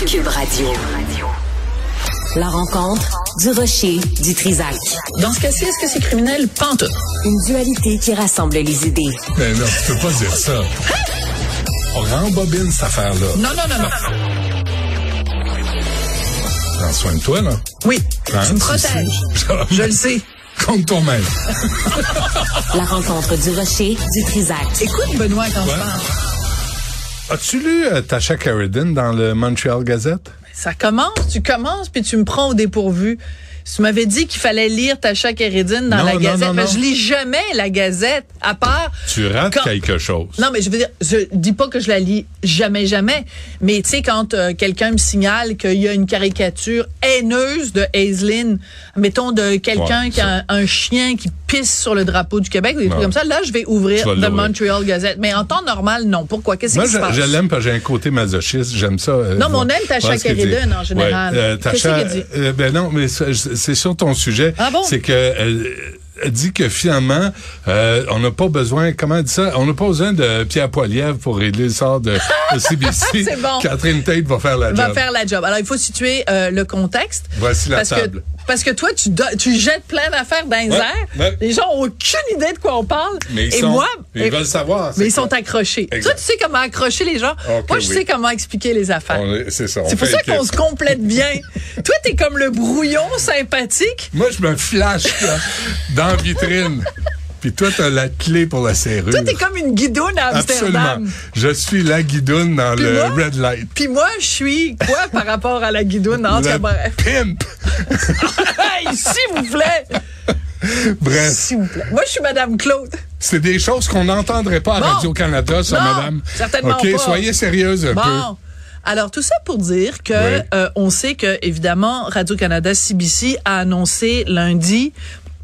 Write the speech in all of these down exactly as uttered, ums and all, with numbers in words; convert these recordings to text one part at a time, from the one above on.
Cube Radio. La rencontre du rocher du Trisac. Dans ce cas-ci, est-ce que c'est criminel? Pantoute. Une dualité qui rassemble les idées. Mais non, tu peux pas dire ça. Hein? On rembobine cette affaire-là. Non, non, non, non. Prends soin de toi, là. Oui, hein? tu me protèges. Je, Je le sais. Compte toi-même. La rencontre du rocher du Trisac. Écoute, Benoît, quand ouais. je parle. As-tu lu euh, Tasha Sheridan dans le Montreal Gazette? Ça commence, tu commences, puis tu me prends au dépourvu. Tu m'avais dit qu'il fallait lire Tasha Sheridan dans non, la non, Gazette, non, mais non. je lis jamais la Gazette, à part... Tu rates quand... quelque chose. Non, mais je veux dire, je dis pas que je la lis jamais, jamais, mais tu sais, quand euh, quelqu'un me signale qu'il y a une caricature haineuse de Aislinn, mettons de quelqu'un ouais, qui a un, un chien qui pisse sur le drapeau du Québec, ou des non. trucs comme ça, là, je vais ouvrir The Montreal Gazette. Mais en temps normal, non. Pourquoi? Qu'est-ce Moi, qui se passe? Moi, je l'aime parce que j'ai un côté masochiste. J'aime ça. Euh, non, mais on aime Tasha Sheridan en général. Ouais. Euh, Tasha, Qu'est-ce qu'elle dit? Euh, ben non, mais c'est sur ton sujet. Ah bon? C'est que... Euh, elle dit que finalement, euh, on n'a pas besoin, comment elle dit ça? On n'a pas besoin de Pierre Poilievre pour régler le sort de, de C B C. C'est bon. Catherine Tate va faire la va job. Va faire la job. Alors, il faut situer euh, le contexte. Voici la parce table. Que, parce que toi, tu, do, tu jettes plein d'affaires dans les ouais, airs. Ouais. Les gens ont aucune idée de quoi on parle. Mais ils et sont, moi, ils et, veulent savoir. Mais ils quoi? sont accrochés. Exact. Toi, tu sais comment accrocher les gens. Okay, moi, je oui. sais comment expliquer les affaires. C'est ça. C'est pour ça qu'on se complète bien. Toi, t'es comme le brouillon sympathique. Moi, je me flash là, dans la vitrine. Puis toi, t'as la clé pour la serrure. Toi, t'es comme une guidoune à Amsterdam. Absolument. Je suis la guidoune dans Puis le moi, red light. Puis moi, je suis quoi par rapport à la guidoune dans le bref? Pimp! Hey, s'il vous plaît! Bref. S'il vous plaît. Moi, je suis Madame Claude. C'est des choses qu'on n'entendrait pas à bon. Radio-Canada, ça, non, Madame. Certainement OK, pas. soyez sérieuse un bon. peu. Alors, tout ça pour dire que oui. euh, on sait que, évidemment, Radio-Canada C B C a annoncé lundi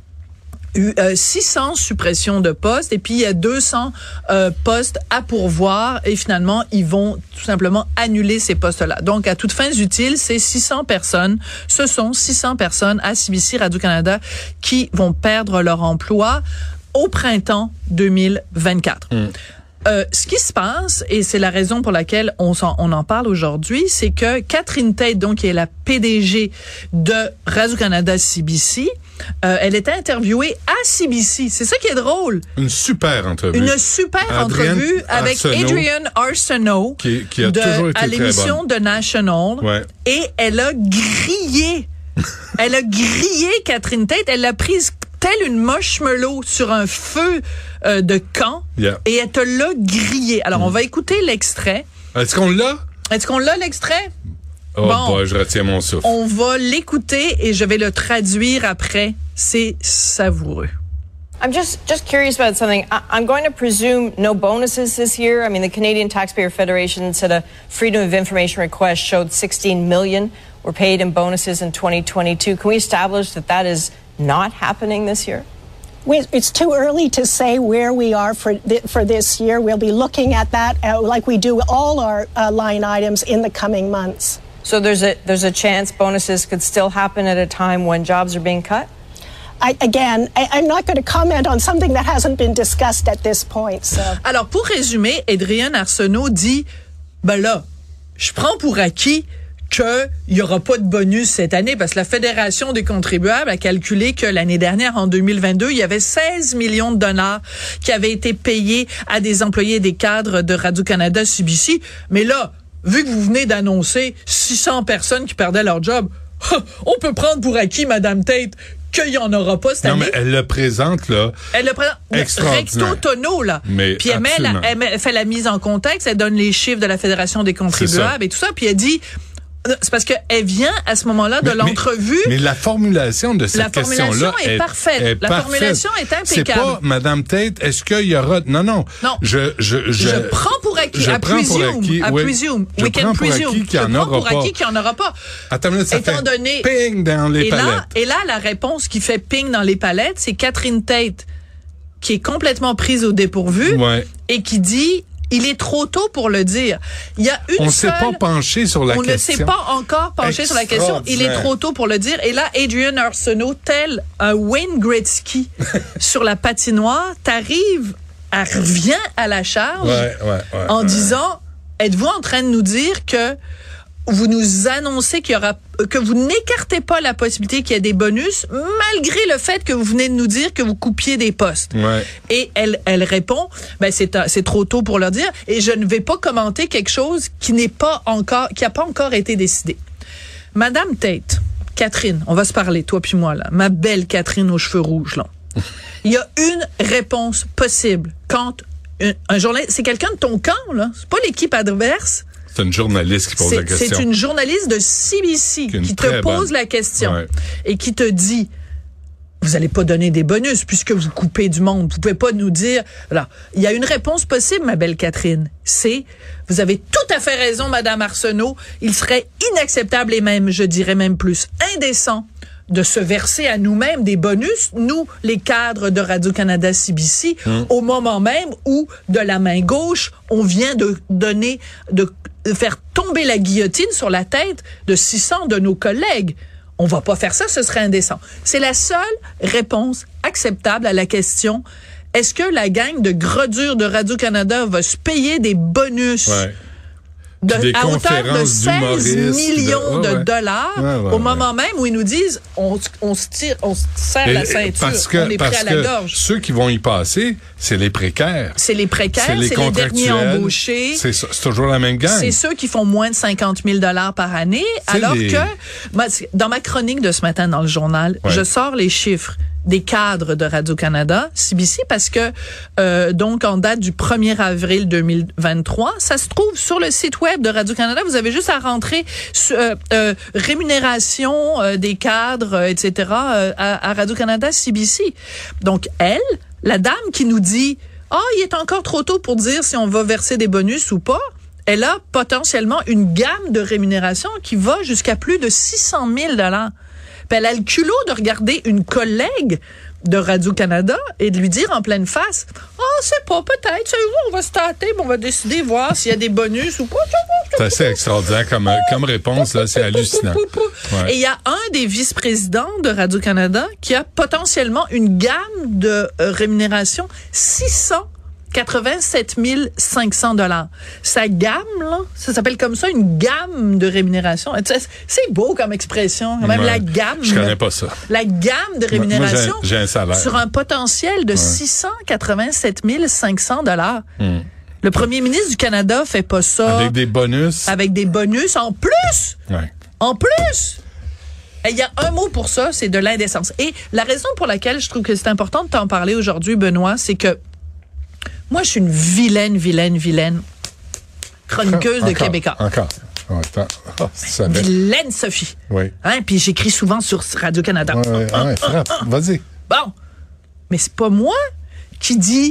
Euh, six cents suppressions de postes et puis il y a deux cents euh, postes à pourvoir et finalement ils vont tout simplement annuler ces postes-là. Donc à toutes fins utiles, c'est six cents personnes, ce sont six cents personnes à C B C Radio-Canada qui vont perdre leur emploi au printemps deux mille vingt-quatre. Mmh. Euh, ce qui se passe, et c'est la raison pour laquelle on, s'en, on en parle aujourd'hui, c'est que Catherine Tate, donc qui est la P D G de Radio-Canada C B C, euh, elle était interviewée à C B C. C'est ça qui est drôle. Une super entrevue. Une super Adrienne entrevue avec Arsenault, Adrienne Arsenault qui, qui a de, toujours été à l'émission de National. Ouais. Et elle a grillé. elle a grillé Catherine Tate. Elle l'a prise telle une marshmallow sur un feu euh, de camp yeah. et elle te l'a grillé. Alors, mm. on va écouter l'extrait. Est-ce qu'on l'a? Est-ce qu'on l'a, l'extrait? Oh, bon, boy, je retiens mon souffle. On va l'écouter et je vais le traduire après. C'est savoureux. I'm just just curious about something. I, I'm going to presume no bonuses this year. I mean, the Canadian Taxpayer Federation said a Freedom of Information request showed sixteen million were paid in bonuses in twenty twenty-two. Can we establish that that is not happening this year? It's too early to say where we are for th- for this year. We'll be looking at that uh, like we do all our uh, line items in the coming months. So there's a there's a chance bonuses could still happen at a time when jobs are being cut? I, again, I, I'm not going to comment on something that hasn't been discussed at this point. So. Alors, pour résumer, Adrienne Arsenault dit, ben là, je prends pour acquis qu'il n'y aura pas de bonus cette année parce que la Fédération des contribuables a calculé que l'année dernière, en deux mille vingt-deux, il y avait seize millions de dollars qui avaient été payés à des employés et des cadres de Radio-Canada C B C. Mais là, vu que vous venez d'annoncer six cents personnes qui perdaient leur job, on peut prendre pour acquis, Madame Tate, qu'il n'y en aura pas cette non, année. Non, mais elle le présente, là. Elle le présente recto tono, là. Mais puis elle, met la, elle, met, elle fait la mise en contexte, elle donne les chiffres de la Fédération des contribuables et tout ça, puis elle dit... C'est parce qu'elle vient à ce moment-là de mais, l'entrevue. Mais, mais la formulation de cette question-là La formulation est, est parfaite. Est la parfaite. formulation est impeccable. C'est pas, Madame Tate, est-ce qu'il y aura... Non, non. Non. Je, je, je, je prends pour acquis. Je à prends presume, pour acquis. À oui. presume. Je We prends can pour presume. acquis qu'il n'y en je aura prends pour pas. acquis qu'il n'y en aura pas. Attends, là, ça Étant fait donné, ping dans les et palettes. Là, et là, la réponse qui fait ping dans les palettes, c'est Catherine Tate qui est complètement prise au dépourvu ouais. et qui dit... Il est trop tôt pour le dire. Il y a une on ne seule... s'est pas penché sur la on question. On ne s'est pas encore penché sur la question. Il est trop tôt pour le dire. Et là, Adrienne Arsenault, tel un Wayne Gretzky sur la patinoire, t'arrives, elle revient à la charge ouais, ouais, ouais, en ouais. disant, êtes-vous en train de nous dire que vous nous annoncez qu'il y aura, que vous n'écartez pas la possibilité qu'il y ait des bonus, malgré le fait que vous venez de nous dire que vous coupiez des postes. Ouais. Et elle, elle répond, ben c'est, c'est trop tôt pour leur dire, et je ne vais pas commenter quelque chose qui n'est pas encore, qui a pas encore été décidé. Madame Tate, Catherine, on va se parler, toi puis moi, là. Ma belle Catherine aux cheveux rouges, là. Il y a une réponse possible quand un, un journaliste, c'est quelqu'un de ton camp, là. C'est pas l'équipe adverse. C'est une journaliste qui pose c'est, la question. C'est une journaliste de C B C qui te pose bonne. la question ouais. et qui te dit, vous allez pas donner des bonus puisque vous coupez du monde. Vous pouvez pas nous dire, là, il y a une réponse possible, ma belle Catherine. C'est, vous avez tout à fait raison, Madame Arsenault. Il serait inacceptable et même, je dirais même plus, indécent de se verser à nous-mêmes des bonus, nous, les cadres de Radio-Canada C B C, mmh. au moment même où, de la main gauche, on vient de donner, de faire tomber la guillotine sur la tête de six cents de nos collègues. On va pas faire ça, ce serait indécent. C'est la seule réponse acceptable à la question, est-ce que la gang de gredures de Radio-Canada va se payer des bonus ouais. de, à hauteur de seize millions de, ouais, de dollars ouais, ouais, au moment ouais. même où ils nous disent on, on se tire, on se serre et, la ceinture, parce que, on est prêt à la gorge. Ceux qui vont y passer, c'est les précaires. C'est les précaires, c'est les, c'est les derniers embauchés. C'est, c'est toujours la même gang. C'est ceux qui font moins de cinquante mille dollars par année, c'est alors les... que moi, dans ma chronique de ce matin dans le journal, ouais. je sors les chiffres des cadres de Radio-Canada, C B C, parce que euh, donc en date du premier avril deux mille vingt-trois, ça se trouve sur le site web de Radio-Canada. Vous avez juste à rentrer euh, euh, rémunération euh, des cadres, euh, et cetera euh, à, à Radio-Canada C B C. Donc elle, la dame qui nous dit « Ah, oh, il est encore trop tôt pour dire si on va verser des bonus ou pas », elle a potentiellement une gamme de rémunération qui va jusqu'à plus de six cent mille dollars. Puis elle a le culot de regarder une collègue de Radio-Canada et de lui dire en pleine face, « Ah, oh, c'est pas, peut-être, c'est où, on va se tâter, on va décider, voir s'il y a des bonus ou pas. » C'est assez extraordinaire comme, comme réponse, là, c'est hallucinant. Ouais. Et il y a un des vice-présidents de Radio-Canada qui a potentiellement une gamme de euh, rémunération six cent quatre-vingt-sept mille cinq cents dollars. Sa gamme, là, ça s'appelle comme ça, une gamme de rémunération. C'est beau comme expression, quand même, ouais, la gamme. Je connais pas ça. La gamme de rémunération. Moi, j'ai, j'ai un salaire. Sur un potentiel de ouais. six cent quatre-vingt-sept mille cinq cents dollars. Hmm. Le premier ministre du Canada fait pas ça. Avec des bonus. Avec des bonus en plus. Ouais. En plus. Il y a un mot pour ça, c'est de l'indécence. Et la raison pour laquelle je trouve que c'est important de t'en parler aujourd'hui, Benoît, c'est que moi, je suis une vilaine, vilaine, vilaine chroniqueuse encore, de Québécois. Encore. Oh, oh, ça vilaine Sophie. Oui. Hein, puis j'écris souvent sur Radio-Canada. Oui, oui, oui, frappe. Vas-y. Bon. Mais c'est pas moi qui dis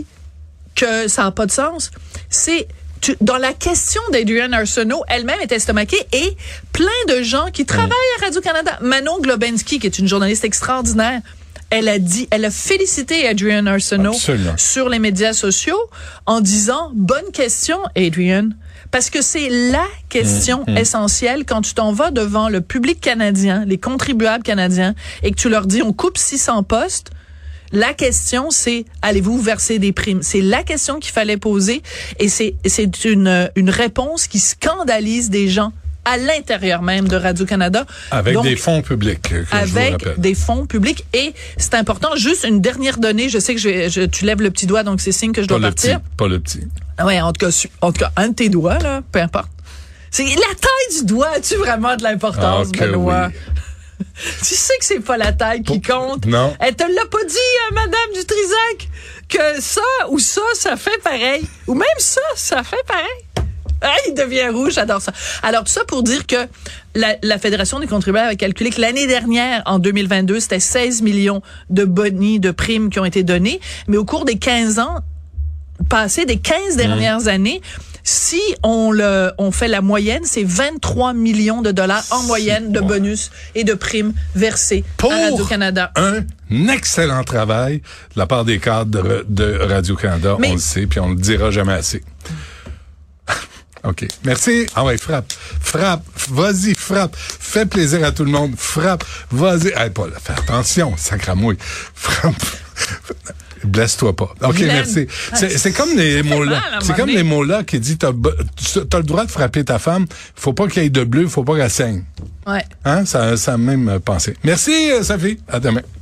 que ça n'a pas de sens. C'est tu, dans la question d'Adrienne Arsenault, elle-même est estomaquée et plein de gens qui travaillent mmh. à Radio-Canada. Manon Globensky, qui est une journaliste extraordinaire, elle a dit, elle a félicité Adrienne Arsenault Absolument. sur les médias sociaux en disant, bonne question, Adrienne. Parce que c'est la question mmh, mmh. essentielle quand tu t'en vas devant le public canadien, les contribuables canadiens, et que tu leur dis, on coupe six cents postes. La question, c'est, allez-vous verser des primes? C'est la question qu'il fallait poser. Et c'est, c'est une, une réponse qui scandalise des gens à l'intérieur même de Radio-Canada. Avec Donc, des fonds publics. Que avec je vous des fonds publics. Et c'est important, juste une dernière donnée, je sais que je, je, tu lèves le petit doigt, donc c'est signe que je dois pas partir. Le petit, pas le petit. Ouais, en tout cas, en tout cas, un de tes doigts, là, peu importe. C'est la taille du doigt, as-tu vraiment de l'importance, ah, Benoît? Oui. Tu sais que c'est pas la taille qui compte. Non. Elle te l'a pas dit, hein, Madame Dutrisac, que ça ou ça, ça fait pareil. Ou même ça, ça fait pareil. Ah, il devient rouge, j'adore ça. Alors, tout ça pour dire que la, la Fédération des contribuables a calculé que l'année dernière, en deux mille vingt-deux, c'était seize millions de boni, de primes qui ont été donnés. Mais au cours des quinze ans, passés, des quinze dernières mmh. années, si on le, on fait la moyenne, c'est vingt-trois millions de dollars en moyenne de bonus et de primes versés pour à Radio-Canada. Un excellent travail de la part des cadres de, de Radio-Canada. Mais, on le sait, puis on le dira jamais assez. OK. Merci. Ah ouais, frappe. Frappe. Vas-y, frappe. Fais plaisir à tout le monde. Frappe. Vas-y. Hey, Paul, fais attention, sacramouille. Frappe. Blesse-toi pas. OK, Vilaine. merci. C'est, c'est comme les fait mots-là. mal, à un C'est moment comme donné. les mots-là qui dit t'as, t'as le droit de frapper ta femme. Faut pas qu'il y ait de bleu, faut pas qu'elle saigne. Ouais. Hein? Ça, ça a même pensé. Merci, Sophie. À demain.